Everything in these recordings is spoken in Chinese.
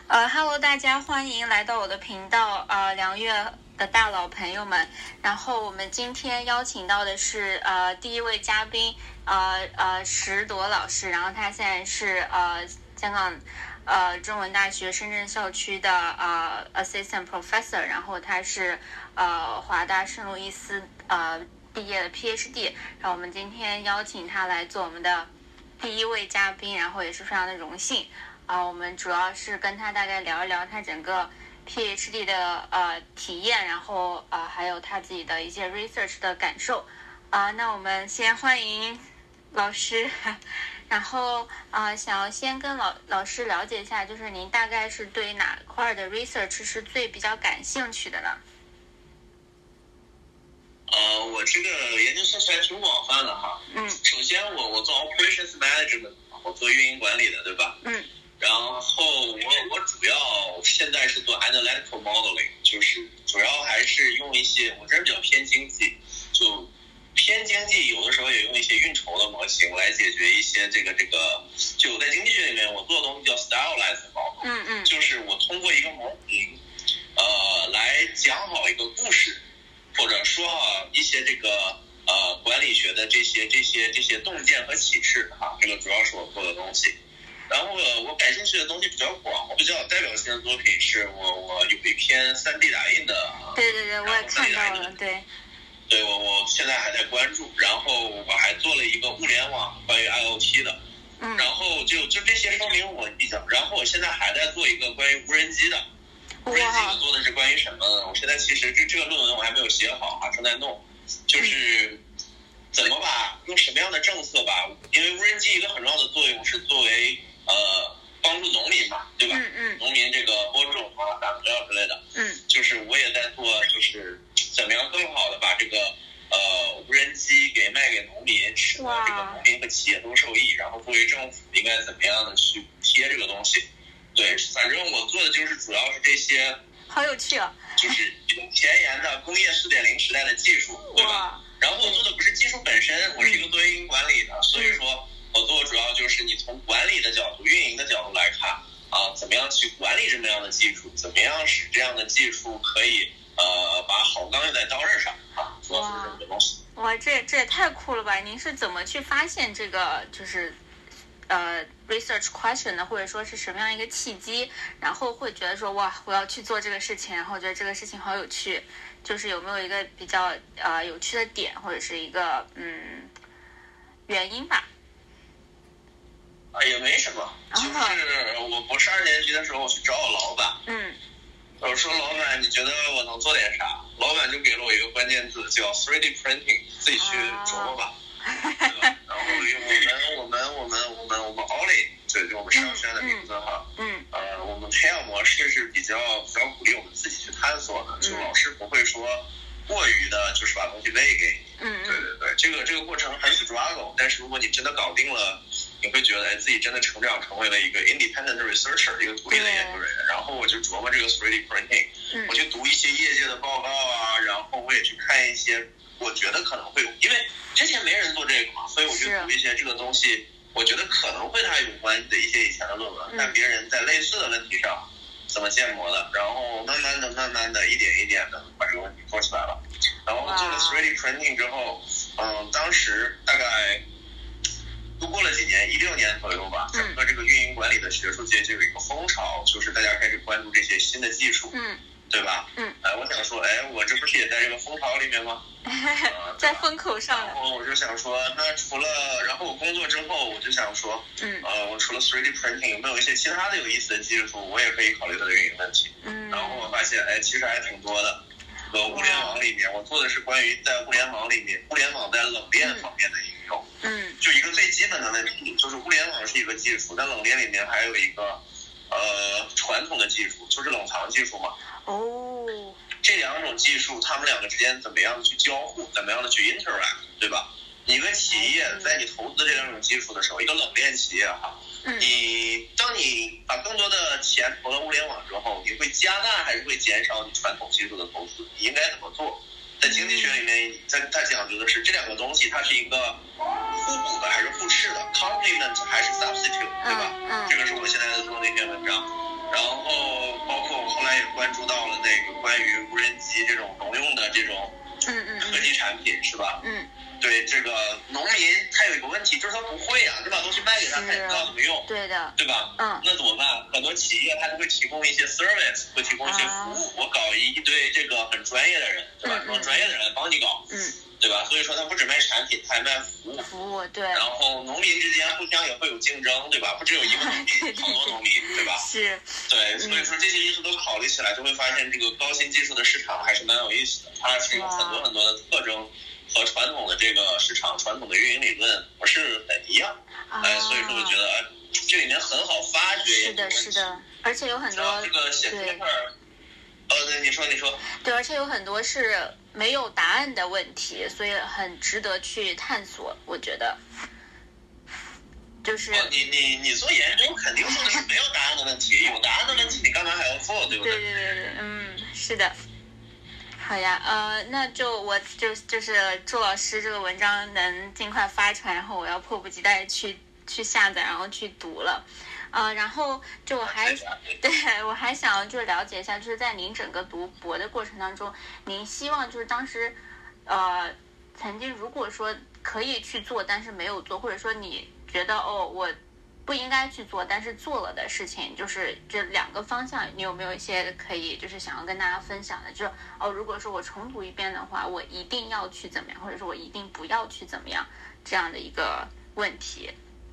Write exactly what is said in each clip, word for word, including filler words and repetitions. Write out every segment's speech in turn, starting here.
呃，Hello，大家欢迎来到我的频道，呃，梁月的大佬朋友们。然后我们今天邀请到的是呃第一位嘉宾，呃呃石铎老师，然后他现在是呃香港呃中文大学深圳校区的呃 Assistant Professor，然后他是呃华大圣路易斯呃毕业的 PhD， 然后我们今天邀请他来做我们的第一位嘉宾，然后也是非常的荣幸。啊、呃，我们主要是跟他大概聊一聊他整个 PhD 的呃体验，然后呃还有他自己的一些 research 的感受。啊、呃，那我们先欢迎老师，然后啊、呃，想要先跟老老师了解一下，就是您大概是对哪块的 research 是最比较感兴趣的呢？ 呃，我这个研究兴趣还挺广泛的哈。 嗯。 首先我我做 operations management， 我做运营管理的，对吧？ 嗯。 然后我我主要现在是做 analytical modeling， 就是主要还是用一些我这人比较偏经济，就偏经济，有的时候也用一些运筹的模型来解决一些这个这个，就在经济学里面我做的东西叫 stylized model， 嗯嗯， 就是我通过一个模型，呃，来讲好一个故事，或者说好一些这个呃管理学的这些这些这些洞见和启示哈，这个主要是我做的东西。然后我感兴趣的东西比较广，我比较有代表性的作品是我我有一篇 三 D 打印的， 对对对，我也看到了，对， 对我我现在还在关注，然后我还做了一个物联网关于 I O T 的， 嗯， 然后就就这些说明我比较，然后我现在还在做一个关于无人机的，无人机我做的是关于什么呢？我现在其实这这个论文我还没有写好啊，正在弄，就是怎么把用什么样的政策吧，因为无人机一个很重要的作用是作为呃，帮助农民嘛，对吧？ 嗯嗯。 农民这个播种啊、打农药之类的。 嗯。 就是我也在做，就是怎么样更好的把这个呃无人机给卖给农民，使得这个农民和企业都受益。然后作为政府应该怎么样的去贴这个东西？对，反正我做的就是主要是这些。 好有趣啊！ 就是前沿的工业四点零时代的技术，对吧？然后我做的不是技术本身，我是一个做运营管理的，所以说。我做主要就是你从管理的角度、运营的角度来看啊，怎么样去管理这么样的技术，怎么样使这样的技术可以呃把好钢用在刀刃上啊，主要是这么个东西。 哇，这这也太酷了吧！您是怎么去发现这个就是呃 research question 的，或者说是什么样一个契机，然后会觉得说哇，我要去做这个事情，然后觉得这个事情好有趣，就是有没有一个比较呃有趣的点，或者是一个嗯原因吧？ 啊，也没什么，就是我博士二年级的时候，我去找我老板， 嗯， 我说老板，你觉得我能做点啥？老板就给了我一个关键字，叫 three D printing， 自己去琢磨吧。啊、对吧？然后我们我们我们我们我们 Ollie， 对，就我们商学院的名字哈， 嗯， 呃，我们培养模式是比较比较鼓励我们自己去探索的，就老师不会说过于的，就是把东西喂给你， 嗯， 对对对，这个这个过程很 struggle， 但是如果你真的搞定了。你会觉得哎，自己真的成长成为了一个 independent researcher， 一个独立的研究人员。然后我就琢磨这个 three D printing，、嗯、我去读一些业界的报告啊，然后我也去看一些，我觉得可能会，因为之前没人做这个嘛，所以我就读一些这个东西，我觉得可能会它有关的一些以前的论文，嗯、但别人在类似的问题上怎么建模的，然后慢慢的、慢慢的、一点一点的把这个问题做起来了。然后做了 three D printing 之后，嗯，当时大概。度过了几年，一六年左右吧，整个这个运营管理的学术界就有一个风潮，就是大家开始关注这些新的技术， 嗯， 对吧？ 嗯， 哎，我想说，哎，我这不是也在这个风潮里面吗？ 呃、在风口上。 然后我就想说，那除了，然后我工作之后，我就想说， 嗯， 呃，我除了 three D printing 有没有一些其他的有意思的技术，我也可以考虑它的运营问题。 嗯， 然后我发现，哎，其实还挺多的。呃，物联网里面，我做的是关于在物联网里面，物联网在冷链方面的应用。 嗯， 就一个最基本的问题，就是物联网是一个技术，在冷链里面还有一个呃传统的技术，就是冷藏技术嘛。 哦， 这两种技术，它们两个之间怎么样的去交互，怎么样的去 interact， 对吧？一个企业在你投资这两种技术的时候，一个冷链企业哈，你当你把更多的钱投到物联网之后，你会加大还是会减少你传统技术的投资？你应该怎么做？在经济学里面，它它讲究的是这两个东西，它是一个互补的还是互斥的 ，complement 还是 substitute， 对吧？ 嗯嗯、 这个是我现在在做的一篇文章。 然后包括我后来也关注到了那个关于无人机这种农用的这种嗯嗯科技产品，是吧？ 嗯。 对，这个农民他有一个问题，就是他不会啊，你把东西卖给他，他也不知道怎么用， 对的， 对吧？ 嗯， 那怎么办？很多企业他就会提供一些 service， 会提供一些服务，啊、我搞一一堆这个很专业的人，对吧？让、嗯、专业的人来帮你搞， 嗯， 对吧？所以说他不只卖产品，他还卖服务， 服务对。 然后农民之间互相也会有竞争，对吧？不只有一个农民，好多农民，对吧？ 是， 对，所以说这些因素都考虑起来，就会发现这个高新技术的市场还是蛮有意思的，它是有很多很多的特征。和传统的这个市场、传统的运营理论不是很一样，哎、啊，所以说我觉得哎，这里面很好发掘。 是的，是的，而且有很多这个写 paper， 呃，对，你说，你说。 对，而且有很多是没有答案的问题，所以很值得去探索。我觉得，就是、 哦、你你你做研究肯定说的是没有答案的问题，有答案的问题你干嘛还要做，对不对？ 对对对对，嗯，是的。好呀，呃，那就我就就是祝老师这个文章能尽快发出来，然后我要迫不及待去去下载，然后去读了，呃，然后就我还对我还想就了解一下，就是在您整个读博的过程当中，您希望就是当时，呃，曾经如果说可以去做，但是没有做，或者说你觉得哦我。不应该去做，但是做了的事情，就是这两个方向，你有没有一些可以就是想要跟大家分享的？就是哦，如果说我重读一遍的话，我一定要去怎么样，或者说我一定不要去怎么样，这样的一个问题。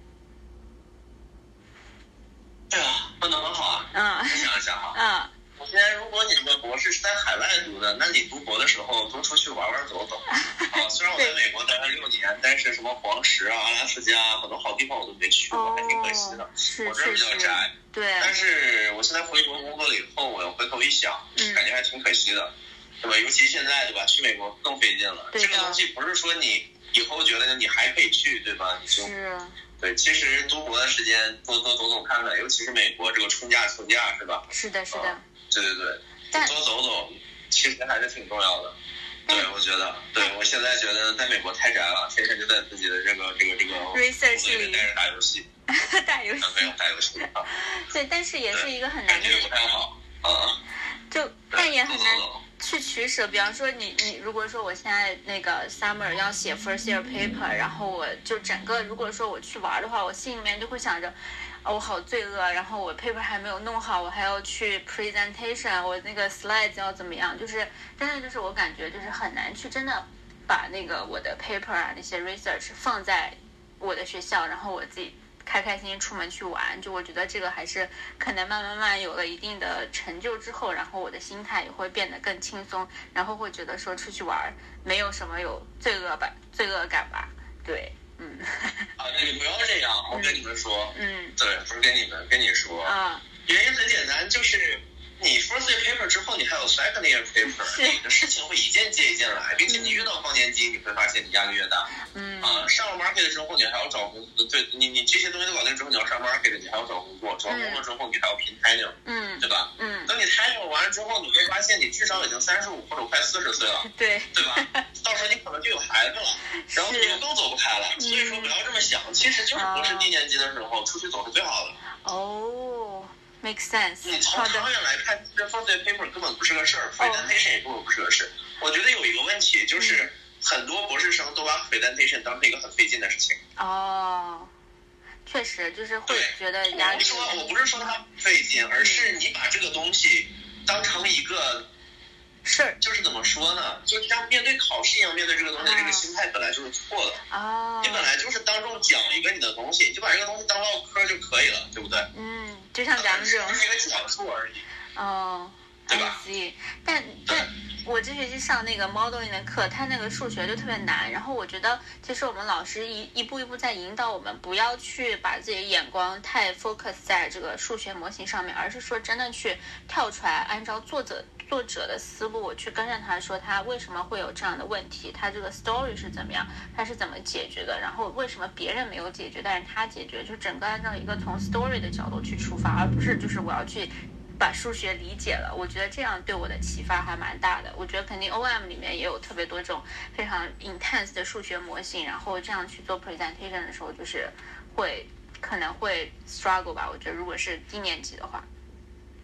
哎呀，问得很好啊！ 嗯， 我想一想哈。 嗯。 首先，如果你这个博士是在海外读的，那你读博的时候多出去玩玩走走。啊，虽然我在美国待了六年，但是什么黄石啊、阿拉斯加很多好地方我都没去过， 哦、 还挺可惜的。 是我这儿比较窄。 对。 但是我现在回国工作了以后，我回头一想， 嗯、 感觉还挺可惜的，对吧？尤其现在，对吧？去美国更费劲了。这个东西不是说你以后觉得你还可以去，对吧？你就是对，其实读博的时间多多走走看看，尤其是美国这个春假、秋假，是吧？ 是的，是的。 嗯、对对对。多走走，其实还是挺重要的。对，我觉得，对我现在觉得在美国太宅了，天天就在自己的这个这个这个 research 里待着打游戏， 打游戏， 没有打游戏啊。 对，但是也是一个很难的， 感觉不太好啊。 就但也很难去取舍。比方说你你如果说我现在那个 summer 要写 first year paper， 然后我就整个如果说我去玩的话，我心里面就会想着。哦，我好罪恶，然后我 paper 还没有弄好，我还要去 presentation， 我那个 slides 要怎么样？就是真的就是我感觉就是很难去真的把那个我的 paper 啊那些 research 放在我的学校，然后我自己开开心心出门去玩。就我觉得这个还是可能慢慢慢有了一定的成就之后，然后我的心态也会变得更轻松，然后会觉得说出去玩没有什么有罪恶感罪恶感吧？对。嗯， 啊，那你不要这样，我跟你们说， 嗯， 对，不是跟你们，跟你说， 啊， 原因很简单，就是你 first year paper 之后，你还有 second year paper， 你的事情会一件接一件来，并且你遇到高年级，你会发现你压力越大， 嗯， 啊，上了 market 之后，你还要找工作，对你，你这些东西都搞定之后，你要上 market， 你还要找工作，找工作之后，你还要拼 tenure， 嗯，对吧？ 嗯， 等你 tenure 完了之后，你会发现你至少已经三十五或者快四十岁了， 对， 对吧？到时候你可能就有孩子了，然后你就更走不开了。所以说不要这么想，其实就是博士低年级的时候出去走是最好的。 哦 ，make sense。 你从长远来看，这 first year paper 根本不是个事儿 ，presentation 也根本不是个事。我觉得有一个问题就是，很多博士生都把 presentation 当成一个很费劲的事情。 哦，确实就是会觉得压力。 我说我不是说它费劲，而是你把这个东西当成一个。 是， 就是怎么说呢？就像面对考试一样，面对这个东西的这个心态本来就是错的。 哦。 你本来就是当众讲一个你的东西，你就把这个东西当唠嗑就可以了，对不对？ 嗯，就像咱们这种。 就是一个讲述而已。 哦。 对吧？ 但但我这学期上那个 modeling 的课，他那个数学就特别难。然后我觉得，其实我们老师一一步一步在引导我们，不要去把自己的眼光太 focus 在这个数学模型上面，而是说真的去跳出来，按照作者作者的思路，我去跟着他说他为什么会有这样的问题，他这个 story 是怎么样，他是怎么解决的，然后为什么别人没有解决，但是他解决，就整个按照一个从 story 的角度去出发，而不是就是我要去。把数学理解了，我觉得这样对我的启发还蛮大的。我觉得肯定 O M 里面也有特别多种非常 intense 的数学模型，然后这样去做 presentation 的时候，就是会可能会 struggle 吧。我觉得如果是低年级的话，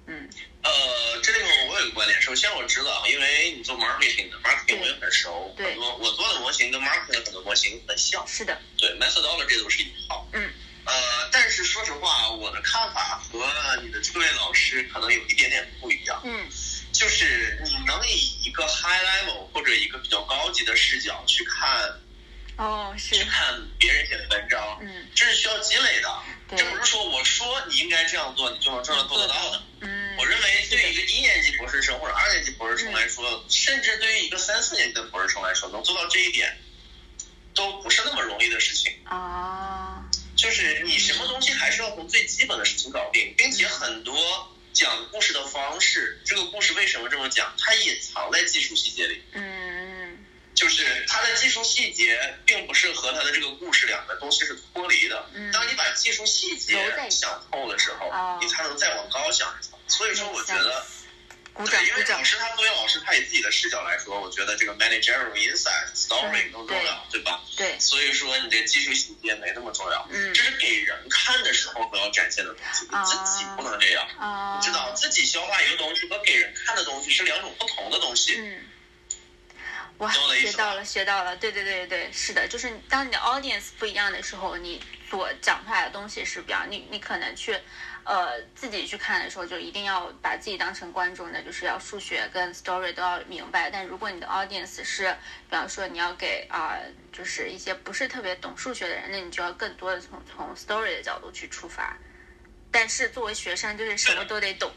嗯。 呃，这里面我有一个观点，首先我知道，因为你做 marketing 的 marketing 我也很熟，很多我做的模型跟 marketing 的很多模型很像。 是的。 对 methodology 都是一套。 嗯。 呃，但是说实话，我的看法和你的这位老师可能有一点点不一样。 嗯。 就是你能以一个 high level 或者一个比较高级的视角去看。 哦，是。 去看别人写的文章， 嗯， 这是需要积累的。 对。 这不是说我说你应该这样做，你就能这样做得到的。 嗯。 我认为对于一个一年级博士生或者二年级博士生来说，嗯、甚至对于一个三四年级的博士生来说，能做到这一点，都不是那么容易的事情。 啊。 就是你什么东西还是要从最基本的事情搞定，并且很多讲故事的方式，这个故事为什么这么讲，它隐藏在技术细节里。 嗯。 就是它的技术细节并不是和它的这个故事两个东西是脱离的。 嗯、 当你把技术细节想透的时候， 哦、 你才能再往高想一层。所以说，我觉得， 对， 因为老师他作为老师，他以自己的视角来说，我觉得这个 managerial insight、story 更重要，对吧？ 对。 所以说，你的技术细节没那么重要。 嗯。 这是给人看的时候所要展现的东西，你自己不能这样。 啊。 你知道，自己消化一个东西和给人看的东西是两种不同的东西。 嗯。哇，学到了，学到了，对对对对，是的，就是当你的 audience 不一样的时候，你所讲出来的东西是比较，你你可能去，呃，自己去看的时候，就一定要把自己当成观众的，就是要数学跟 story 都要明白。但如果你的 audience 是，比方说你要给啊、呃，就是一些不是特别懂数学的人，那你就要更多的从从 story 的角度去出发。但是作为学生，就是什么都得懂。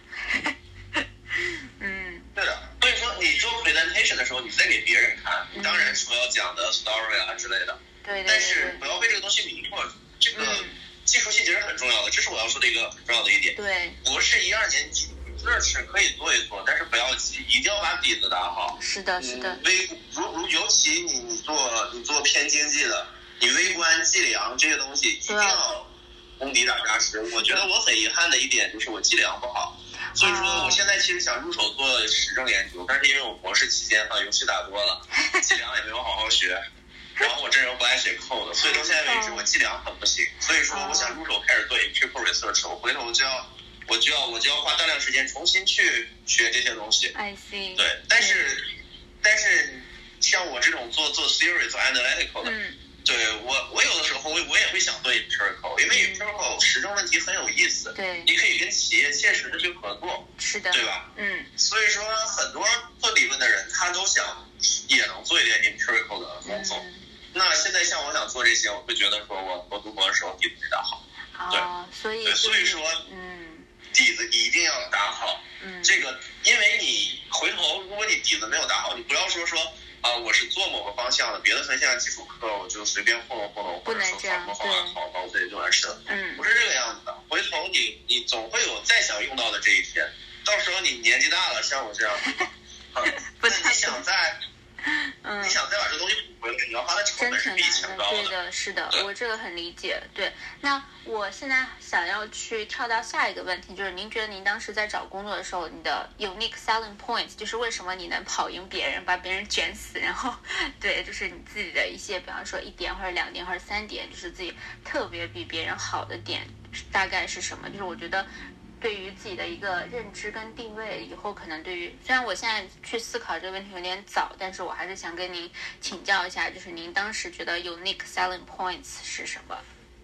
嗯， 对的。所以说，你做 presentation 的时候，你在给别人看，你当然说要讲的 story 啊之类的。 对对对。 但是不要被这个东西迷惑，这个技术细节是很重要的，这是我要说的一个很重要的一点。 对。 博士一二年级是可以做一做，但是不要急，一定要把底子打好。 是的，是的。 微如如尤其你你做你做偏经济的，你微观计量这些东西一定要功底打扎实。我觉得我很遗憾的一点就是我计量不好。所以说，我现在其实想入手做实证研究，但是因为我博士期间啊游戏打多了，计量也没有好好学，然后我这人不爱写 code， 所以到现在为止我计量很不行。所以说，我想入手开始做 empirical research， 我回头就要，我就要，我就要花大量时间重新去学这些东西。 I see。 对，但是，但是像我这种做做 theory 做 analytical 的。 嗯。 对我，我有的时候我我也会想做 empirical， 因为 empirical 实证问题很有意思。 对， 你可以跟企业切实的去合作。 是的， 对吧？ 嗯。 所以说，很多做理论的人，他都想也能做一点 empirical 的工作。 嗯、 那现在像我想做这些，我会觉得说我我读博的时候底子没打好。 哦，所以、 对，所以说， 嗯， 底子一定要打好。 嗯， 这个，因为你回头如果你底子没有打好，你不要说说。啊，我是做某个方向的，别的分项基础课我就随便糊弄糊弄，或者说考个方案考高分就完事了。 嗯， 不是这个样子的。回头你你总会有再想用到的这一天，到时候你年纪大了，像我这样，啊，那你想再， 嗯， 你想再把这东西补回来，你要花的成本是比以前高的。 对的，是的，我这个很理解。对，那我现在想要去跳到下一个问题，就是您觉得您当时在找工作的时候，你的 unique selling point 就是为什么你能跑赢别人，把别人卷死？然后，对，就是你自己的一些，比方说一点或者两点或者三点，就是自己特别比别人好的点，大概是什么？就是我觉得。对于自己的一个认知跟定位，以后可能对于虽然我现在去思考这个问题有点早，但是我还是想跟您请教一下，就是您当时觉得 unique selling points 是什么？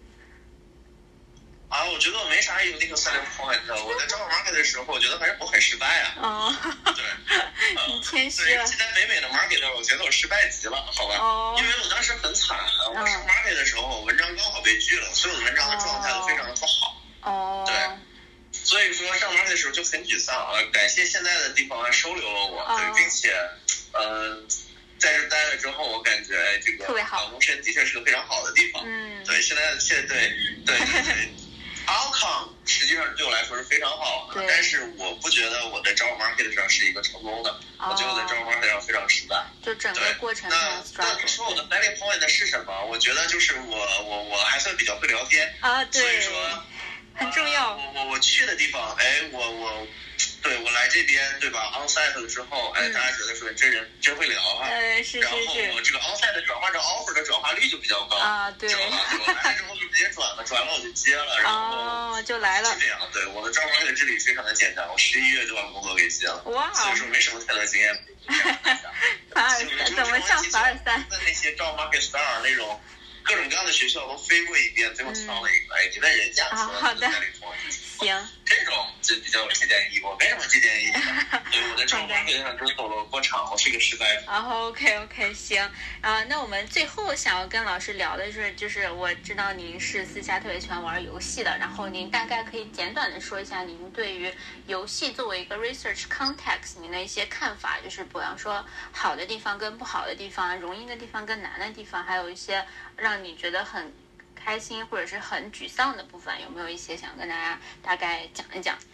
啊，我觉得我没啥 unique selling point。我在招 market 的时候，我觉得反正我很失败啊。 哦。 对。 你谦虚了。 在北美的 market， 我觉得我失败极了，好吧？ 哦。 因为我当时很惨，我上 market 的时候，文章刚好被拒了，所有的文章的状态都非常的不好。 哦。 对。所以说上班的时候就很沮丧啊！感谢现在的地方还收留了我， 哦、 对，并且，呃，在这待了之后，我感觉哎，这个特别好， 蒙神的确是个非常好的地方。 嗯， 对，现在现在对对对 ，outcome 实际上对我来说是非常好的，但是我不觉得我在招 market 上是一个成功的， 哦、 我觉得我在招 market 上非常失败。 就整个过程上， 那你说我的 selling point 是什么？我觉得就是我我我还算比较会聊天啊，对， 所以说。 很重要。 我我我去的地方，哎，我我对我来这边对吧 ，onsite 了之后，哎，大家觉得说这人真会聊啊， 呃，是是是， 然后我这个 onsite 转换成 offer 的转化率就比较高啊，对， 知道吧？我来了之后就直接转了，转了我就接了，然后哦，就来了， 是这样。对，我的招商的之旅非常的简单，我十一月就把工作给接了， 哇， 所以说没什么太多经验。 凡尔赛怎么上凡尔赛？ 那那些招 market star 那种各种各样的学校都飞过一遍，最后挑了一个，哎，就在人家说好的，行， 这种就比较有借鉴意义，我没什么借鉴意义，所以我在招商上真走了过场，我是一个失败者。 然后 OK OK 行啊、呃，那我们最后想要跟老师聊的是，就是我知道您是私下特别喜欢玩游戏的，然后您大概可以简短的说一下您对于游戏作为一个 research context 您的一些看法，就是比方说好的地方跟不好的地方，容易的地方跟难的地方，还有一些让你觉得很开心或者是很沮丧的部分，有没有一些想跟大家大概讲一讲？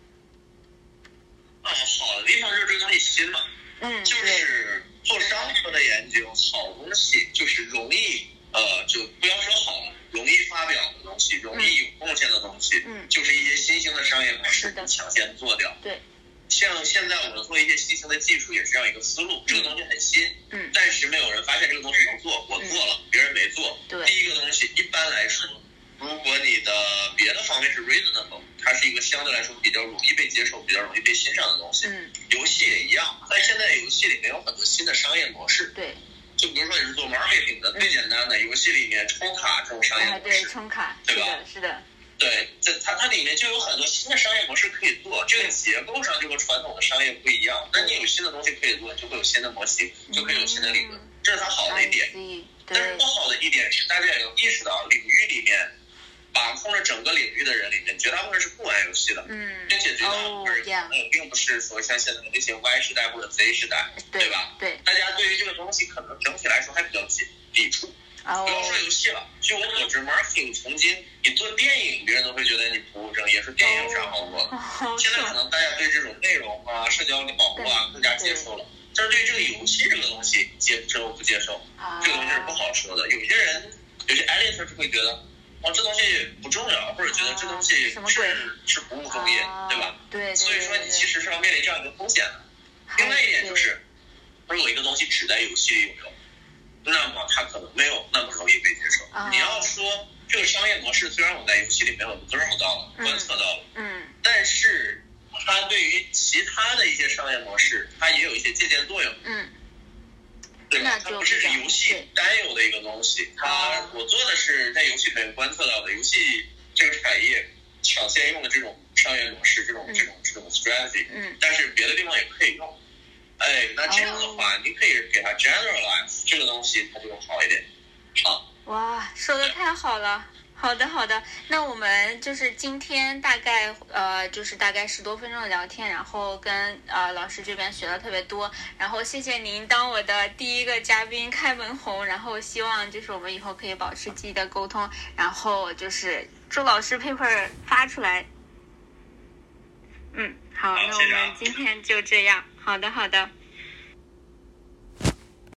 啊，好的地方就是这个东西新嘛， 嗯， 就是做商科的研究，好东西就是容易，呃，就不要说好了，容易发表的东西，容易有贡献的东西， 嗯， 就是一些新兴的商业模式抢先做掉。 对， 像现在我们做一些新兴的技术，也是这样一个思路，这个东西很新， 嗯， 暂时没有人发现这个东西能做，我做了，别人没做。 对， 第一个东西一般来说，如果你的别的方面是 reasonable， 它是一个相对来说比较容易被接受、比较容易被欣赏的东西。 嗯， 游戏也一样，在现在游戏里面有很多新的商业模式。 对， 就比如说你是做 marketing 的，最简单的游戏里面充卡这种商业模式， 对，充卡， 对吧？ 是的， 对，在它它里面就有很多新的商业模式可以做，这个结构上就和传统的商业不一样。那你有新的东西可以做，就会有新的模型，就会有新的理论，这是它好的一点。但是不好的一点是，大家也要意识到，领域里面把控着整个领域的人里面，绝大部分是不玩游戏的， 嗯， 并且绝大部分人可能也并不是说像现在的那些 Y 时代或者 Z 时代，对吧？ 对， 大家对于这个东西可能整体来说还比较抵抵触。 哦、 不要说游戏了，据我所知 ，marketing 曾经你做电影，别人都会觉得你不务正业，说电影有啥好做的。 哦、 现在可能大家对这种内容啊、社交保护啊更加接受了，但是对这个游戏这个东西接受不接受， 哦、 这个东西是不好说的。有些人，有些 editor 是会觉得，哦，这东西不重要，或者觉得这东西是、哦、是不务正业， 哦、 对吧？ 对, 对, 对, 对。 所以说你其实是要面临这样一个风险的。另外一点就是，如果一个东西只在游戏里有用，那么它可能没有那么容易被接受。 哦、 你要说这个商业模式虽然我在游戏里没有 observe 到了、观测到了， 嗯， 但是它对于其他的一些商业模式，它也有一些借鉴作用， 嗯， 对吧？它不是游戏单有的一个东西。它我做的是在游戏里面观测到的游戏这个产业抢先用的这种商业模式，这种、嗯、这种这种 strategy， 嗯， 但是别的地方也可以用。哎，那这样的话，哦、你可以给它 generalize 这个东西，它就好一点。好， 哇，说的太好了。好的，好的。那我们就是今天大概呃，就是大概十多分钟的聊天，然后跟呃老师这边学了特别多，然后谢谢您当我的第一个嘉宾开门红，然后希望就是我们以后可以保持积极的沟通，然后就是祝老师 paper 发出来。嗯，好，那我们今天就这样。好的，好的。